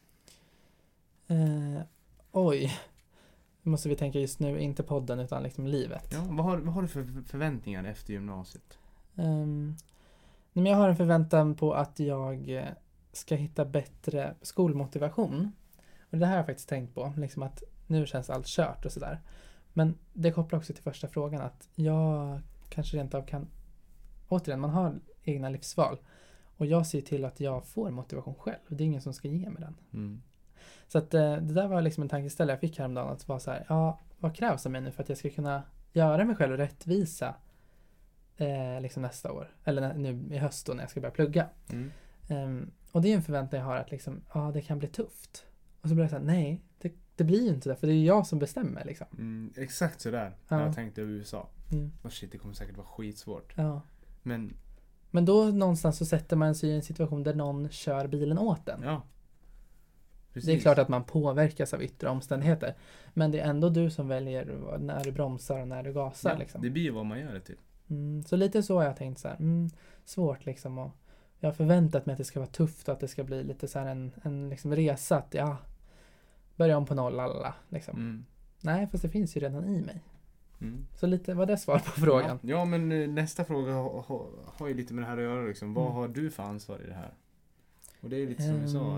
Eh, oj. Nu måste vi tänka just nu, inte podden utan liksom livet. Ja, vad har, vad har du för förväntningar efter gymnasiet? Um, nej, men jag har en förväntan på att jag eh, ska hitta bättre skolmotivation. Och det här har jag faktiskt tänkt på. Liksom att nu känns allt kört och sådär. Men det kopplar också till första frågan att jag kanske rent av kan... Återigen, man har egna livsval. Och jag ser till att jag får motivation själv. Det är ingen som ska ge mig den. Mm. Så att eh, det där var liksom en tankeställare jag fick häromdagen. Att vara så här, ja, vad krävs av mig nu för att jag ska kunna göra mig själv rättvisa eh, liksom nästa år. Eller nä- nu i höst då när jag ska börja plugga. Mm. Um, och det är en förväntan jag har att liksom, ja, det kan bli tufft. Och så blir jag så här, nej, det, det blir ju inte det. För det är jag som bestämmer liksom. Mm, exakt sådär. Ja. När jag tänkte över U S A. Mm, Oh shit, det kommer säkert vara skitsvårt. ja. Men, Men då någonstans så sätter man sig i en situation där någon kör bilen åt en. ja. Precis. Det är klart att man påverkas av yttre omständigheter. Men det är ändå du som väljer när du bromsar och när du gasar. Ja, liksom. det blir ju vad man gör det till. Mm, så lite så har jag tänkt så här. Mm, svårt liksom. Och jag har förväntat mig att det ska vara tufft och att det ska bli lite så här en, en liksom resa. Att ja, börja om på noll alla. Liksom. Mm. Nej, fast det finns ju redan i mig. Mm. Så lite, var det svar på frågan? Ja, ja, men eh, nästa fråga har, har, har ju lite med det här att göra. Liksom. Vad Mm. har du för ansvar i det här? Och det är lite som vi sa, Ehm. att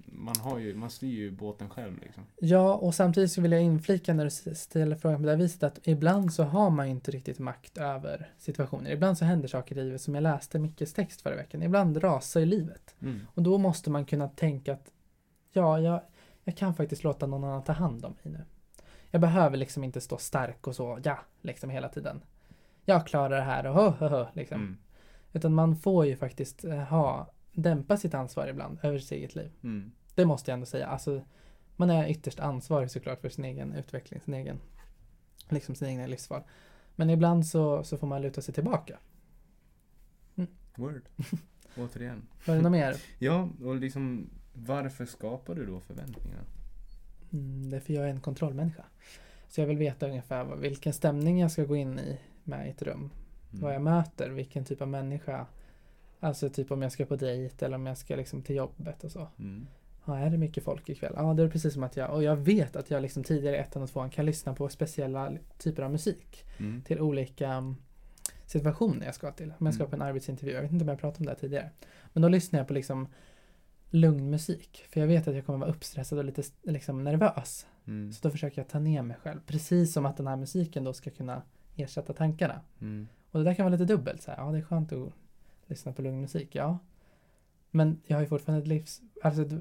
man har ju, man styr ju båten själv liksom. Ja, och samtidigt så vill jag inflika när du ställer frågan på det här viset att ibland så har man ju inte riktigt makt över situationer. Ibland så händer saker i livet, som jag läste Mickes text förra veckan. Ibland rasar ju livet. Mm. Och då måste man kunna tänka att ja, jag, jag kan faktiskt låta någon annan ta hand om mig nu. Jag behöver liksom inte stå stark och så, ja, liksom hela tiden. Jag klarar det här och hö, hö, hö, liksom. Mm. Utan man får ju faktiskt eh, ha, dämpa sitt ansvar ibland över sitt eget liv. Mm. Det måste jag ändå säga. Alltså, man är ytterst ansvarig såklart för sin egen utveckling, sin egen, liksom sin egna livsval. Men ibland så, så får man luta sig tillbaka. Word. Återigen. Var det något mer? Ja, och liksom varför skapar du då förväntningar? Mm, det är för jag är en kontrollmänniska. Så jag vill veta ungefär vad, vilken stämning jag ska gå in i med i ett rum. Mm. Vad jag möter, vilken typ av människa. Alltså typ om jag ska på dejt eller om jag ska liksom till jobbet och så. Mm. Ja, är det mycket folk ikväll? Ja, det är precis som att jag, och jag vet att jag liksom tidigare i ettan och tvåan kan lyssna på speciella typer av musik. Mm. Till olika um, situationer jag ska till. Om jag ska Mm. på en arbetsintervju, jag vet inte om jag pratade om det här tidigare. Men då lyssnar jag på liksom lugn musik. För jag vet att jag kommer vara uppstressad och lite liksom nervös. Mm. Så då försöker jag ta ner mig själv. Precis som att den här musiken då ska kunna ersätta tankarna. Mm. Och det där kan vara lite dubbelt. Så här, ja, det är skönt att lyssna på lugn musik, ja. Men jag har ju fortfarande ett livs... Alltså ett,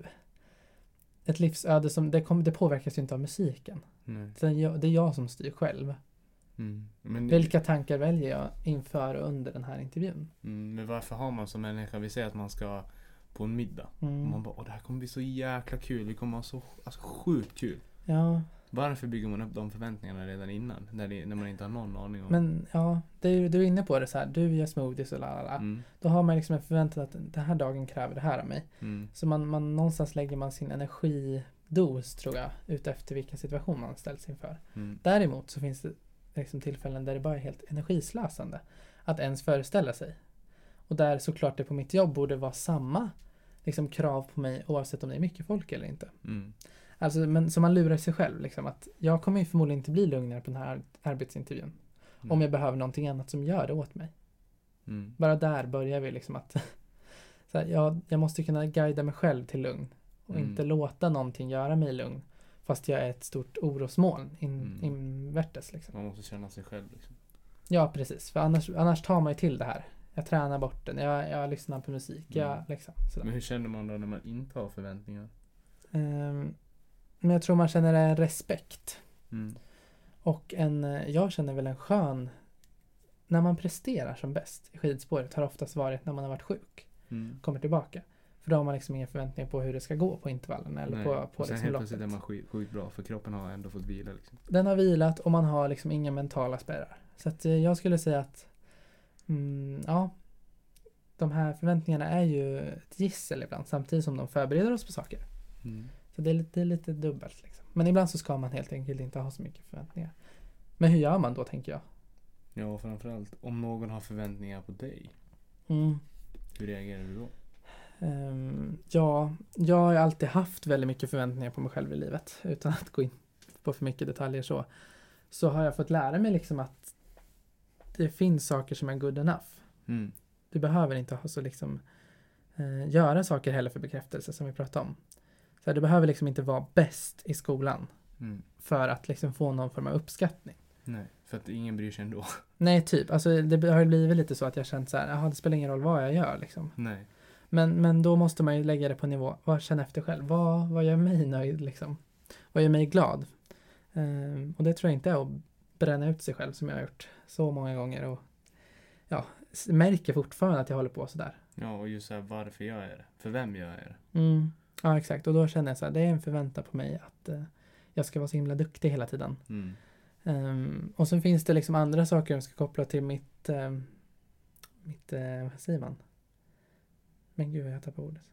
ett livsöde som... Det, kom, det påverkas ju inte av musiken. Nej. Så jag, det är jag som styr själv. Mm. Men, Vilka tankar väljer jag inför och under den här intervjun? mm, men varför har man som människa, vi säger att man ska på en middag. Mm. Och man bara, åh det här kommer bli så jäkla kul, vi kommer ha så alltså, sjukt kul. Ja, Varför bygger man upp de förväntningarna redan innan? När, det, när man inte har någon aning om... men ja, det är, du är inne på det så här. Du gör smoothies och lalala. Mm. Då har man liksom en förväntan att den här dagen kräver det här av mig. Mm. Så man, man någonstans lägger man sin energidos, tror jag, ut efter vilken situation man ställs inför. Mm. Däremot så finns det liksom tillfällen där det bara är helt energislösande att ens föreställa sig. Och där såklart det på mitt jobb borde vara samma liksom krav på mig oavsett om det är mycket folk eller inte. Mm. Alltså, men så man lurar sig själv liksom att jag kommer ju förmodligen inte bli lugnare på den här arbetsintervjun. Mm. Om jag behöver någonting annat som gör det åt mig. Mm. Bara där börjar vi liksom att så här, jag, jag måste kunna guida mig själv till lugn. Och Mm. inte låta någonting göra mig lugn. Fast jag är ett stort orosmoln in, Mm. invärtes liksom. Man måste känna sig själv liksom. Ja, precis. För annars, annars tar man ju till det här. Jag tränar bort den. Jag, jag lyssnar på musik. Mm. Jag, liksom, sådär. Men hur känner man då när man inte har förväntningar? Ehm, men jag tror man känner en respekt. Mm. Och en, eh, jag känner väl en skön... När man presterar som bäst i skidspåret har oftast varit när man har varit sjuk. Mm. Kommer tillbaka. För då har man liksom inga förväntningar på hur det ska gå på intervallen. Eller Nej. på, på och sen liksom helt loppet. plötsligt är man sjukt, sjukt bra för kroppen har ändå fått vila liksom. Den har vilat och man har liksom inga mentala spärrar. Så att eh, jag skulle säga att mm, ja, de här förväntningarna är ju ett gissel ibland samtidigt som de förbereder oss på saker. Mm. Så det är lite, det är lite dubbelt liksom. Men ibland så ska man helt enkelt inte ha så mycket förväntningar. Men hur gör man då, tänker jag? Ja, och framförallt om någon har förväntningar på dig. Mm. Hur reagerar du då? Um, ja, jag har ju alltid haft väldigt mycket förväntningar på mig själv i livet. Utan att gå in på för mycket detaljer så. Så har jag fått lära mig liksom att det finns saker som är good enough. Mm. Du behöver inte ha så liksom eh, göra saker heller för bekräftelse som vi pratade om. Så här, du behöver liksom inte vara bäst i skolan Mm. för att liksom få någon form av uppskattning. Nej, för att ingen bryr sig ändå. Nej, typ. Alltså det har ju blivit lite så att jag känt så här, jaha, det spelar ingen roll vad jag gör liksom. Nej. Men, men då måste man ju lägga det på nivå, vad känner efter själv? Vad, vad gör mig nöjd liksom? Vad gör mig glad? Ehm, och det tror jag inte är att bränna ut sig själv som jag har gjort så många gånger. Och ja, s- märker fortfarande att jag håller på sådär. Ja, och just så här, varför gör jag det? För vem gör jag det? Mm. Ja, exakt. Och då känner jag så här, det är en förväntan på mig att eh, jag ska vara så himla duktig hela tiden. Mm. Ehm, och så finns det liksom andra saker jag ska koppla till mitt, eh, mitt eh, vad säger man? Men gud, jag tappar ordet.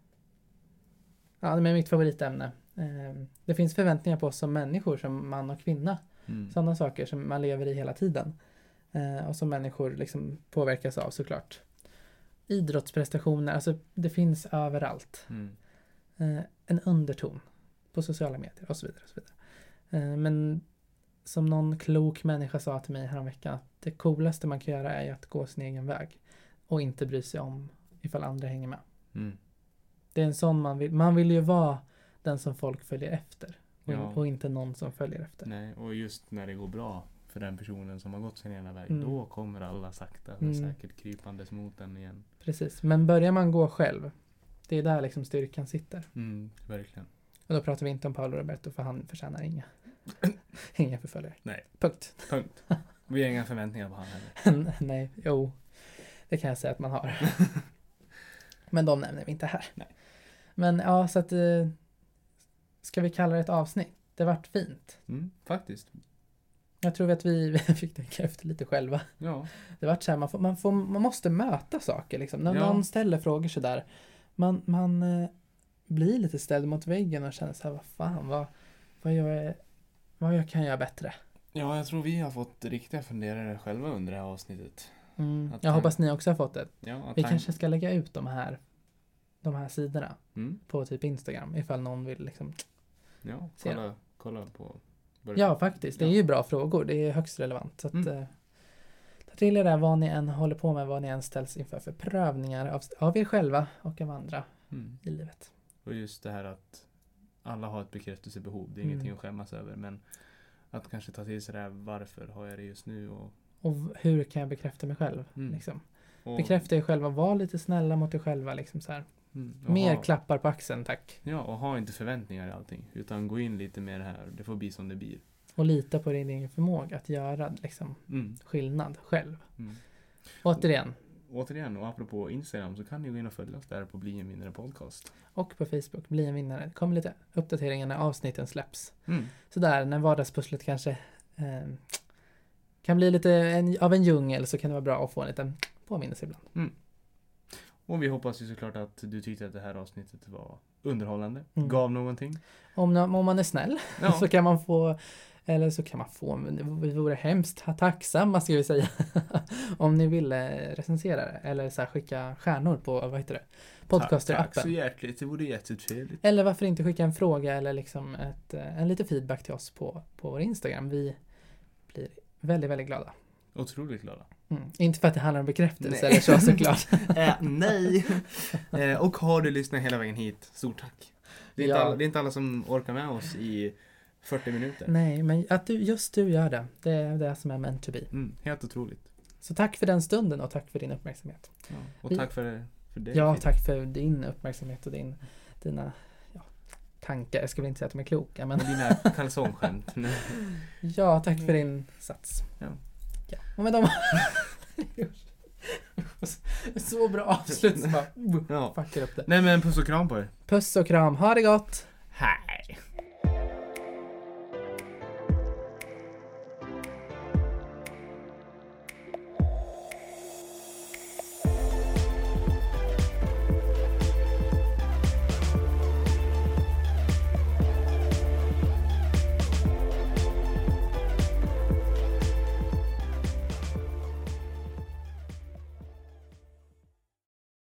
Ja, men mitt favoritämne. Ehm, det finns förväntningar på oss som människor, som man och kvinna. Mm. Sådana saker som man lever i hela tiden. Eh, och som människor liksom påverkas av såklart. Idrottsprestationer, alltså det finns överallt. Mm. Eh, en underton på sociala medier och så vidare. Och så vidare. Eh, men som någon klok människa sa till mig häromveckan, att det coolaste man kan göra är att gå sin egen väg. Och inte bry sig om ifall andra hänger med. Mm. Det är en sån man vill, man vill ju vara den som folk följer efter. Och, Ja. och inte någon som följer efter. Nej, och just när det går bra för den personen som har gått sin ena väg, Mm. då kommer alla sakta men Mm. säkert krypandes mot den igen. Precis, men börjar man gå själv, det är där liksom styrkan sitter. Mm, verkligen. Och då pratar vi inte om Paolo Roberto, för han förtjänar inga. inga förföljare. Nej. Punkt. Punkt. Vi har inga förväntningar på han heller. Nej, jo. Det kan jag säga att man har. Men de nämner vi inte här. Nej. Men ja, så att eh, ska vi kalla det ett avsnitt? Det vart fint. Mm, faktiskt. Jag tror att vi fick tänka efter lite själva. Ja. Det vart så här, man, får, man, får, man måste möta saker liksom. När Ja. någon ställer frågor så där, man, man eh, blir lite ställd mot väggen och känner så här, vad fan, vad, vad, gör jag, vad jag kan göra bättre? Ja, jag tror vi har fått riktiga funderare själva under det här avsnittet. Mm. Att Jag han- hoppas ni också har fått det. Ja, att Vi han- kanske ska lägga ut de här, de här sidorna Mm, på typ Instagram ifall någon vill liksom. ja, Se. kolla, kolla på... Ja, faktiskt. Det är Ja. ju bra frågor. Det är högst relevant. Så att, Mm. eh, ta till er det, vad ni än håller på med, vad ni än ställs inför för prövningar av, av er själva och av andra Mm. i livet. Och just det här att alla har ett bekräftelsebehov. Det är Mm. ingenting att skämmas över. Men att kanske ta till sig det här, varför har jag det just nu? Och, Och v- hur kan jag bekräfta mig själv? Mm. Liksom. och, Bekräfta er själva, var lite snälla mot er själva. Liksom så här. mm, och Mer ha, klappar på axeln, tack. Ja, och ha inte förväntningar i allting. Utan gå in lite med det här. Det får bli som det blir. Och lita på din egen förmåga att göra liksom, Mm. skillnad själv. Mm. Återigen, Återigen, och apropå Instagram, så kan ni gå in och följa oss där på Bli en vinnare podcast. och på Facebook, bli en vinnare. Det kommer lite uppdateringar när avsnitten släpps. Mm. Så där, när vardagspusslet kanske eh, kan bli lite en, av en djungel, så kan det vara bra att få en liten påminnelse ibland. Och vi hoppas ju såklart att du tyckte att det här avsnittet var underhållande. Mm. Gav någonting. Om, om man är snäll Ja. så kan man få, eller så kan man få, men det vore hemskt tacksamma ska vi säga, om ni ville recensera det, eller så här skicka stjärnor på, vad heter det, Tack så Podcaster-appen. hjärtligt, det vore jättetrevligt. Eller varför inte skicka en fråga eller liksom ett, eh, en lite feedback till oss på, på vår Instagram. Vi blir väldigt, väldigt glada. Otroligt glada. Mm. Inte för att det handlar om bekräftelse Nej. eller så såklart. äh, nej! eh, och har du lyssnat hela vägen hit, stort tack. Det är, Ja. inte alla, det är inte alla som orkar med oss i fyrtio minuter. Nej, men att du, just du gör det, det är det som är meant to be. Mm, helt otroligt. Så tack för den stunden och tack för din uppmärksamhet. Ja. Och Vi- tack för, för det. Ja, tack för din uppmärksamhet och din, dina ja, tankar. Jag ska väl inte säga att de är kloka, men Och dina kalsongskämt. Nej. ja, tack för din sats. Ja. Ja. Och med dem... Så bra avslut som bara Ja. fuckar upp det. Nej men puss och kram på er. Puss och kram, ha det gott!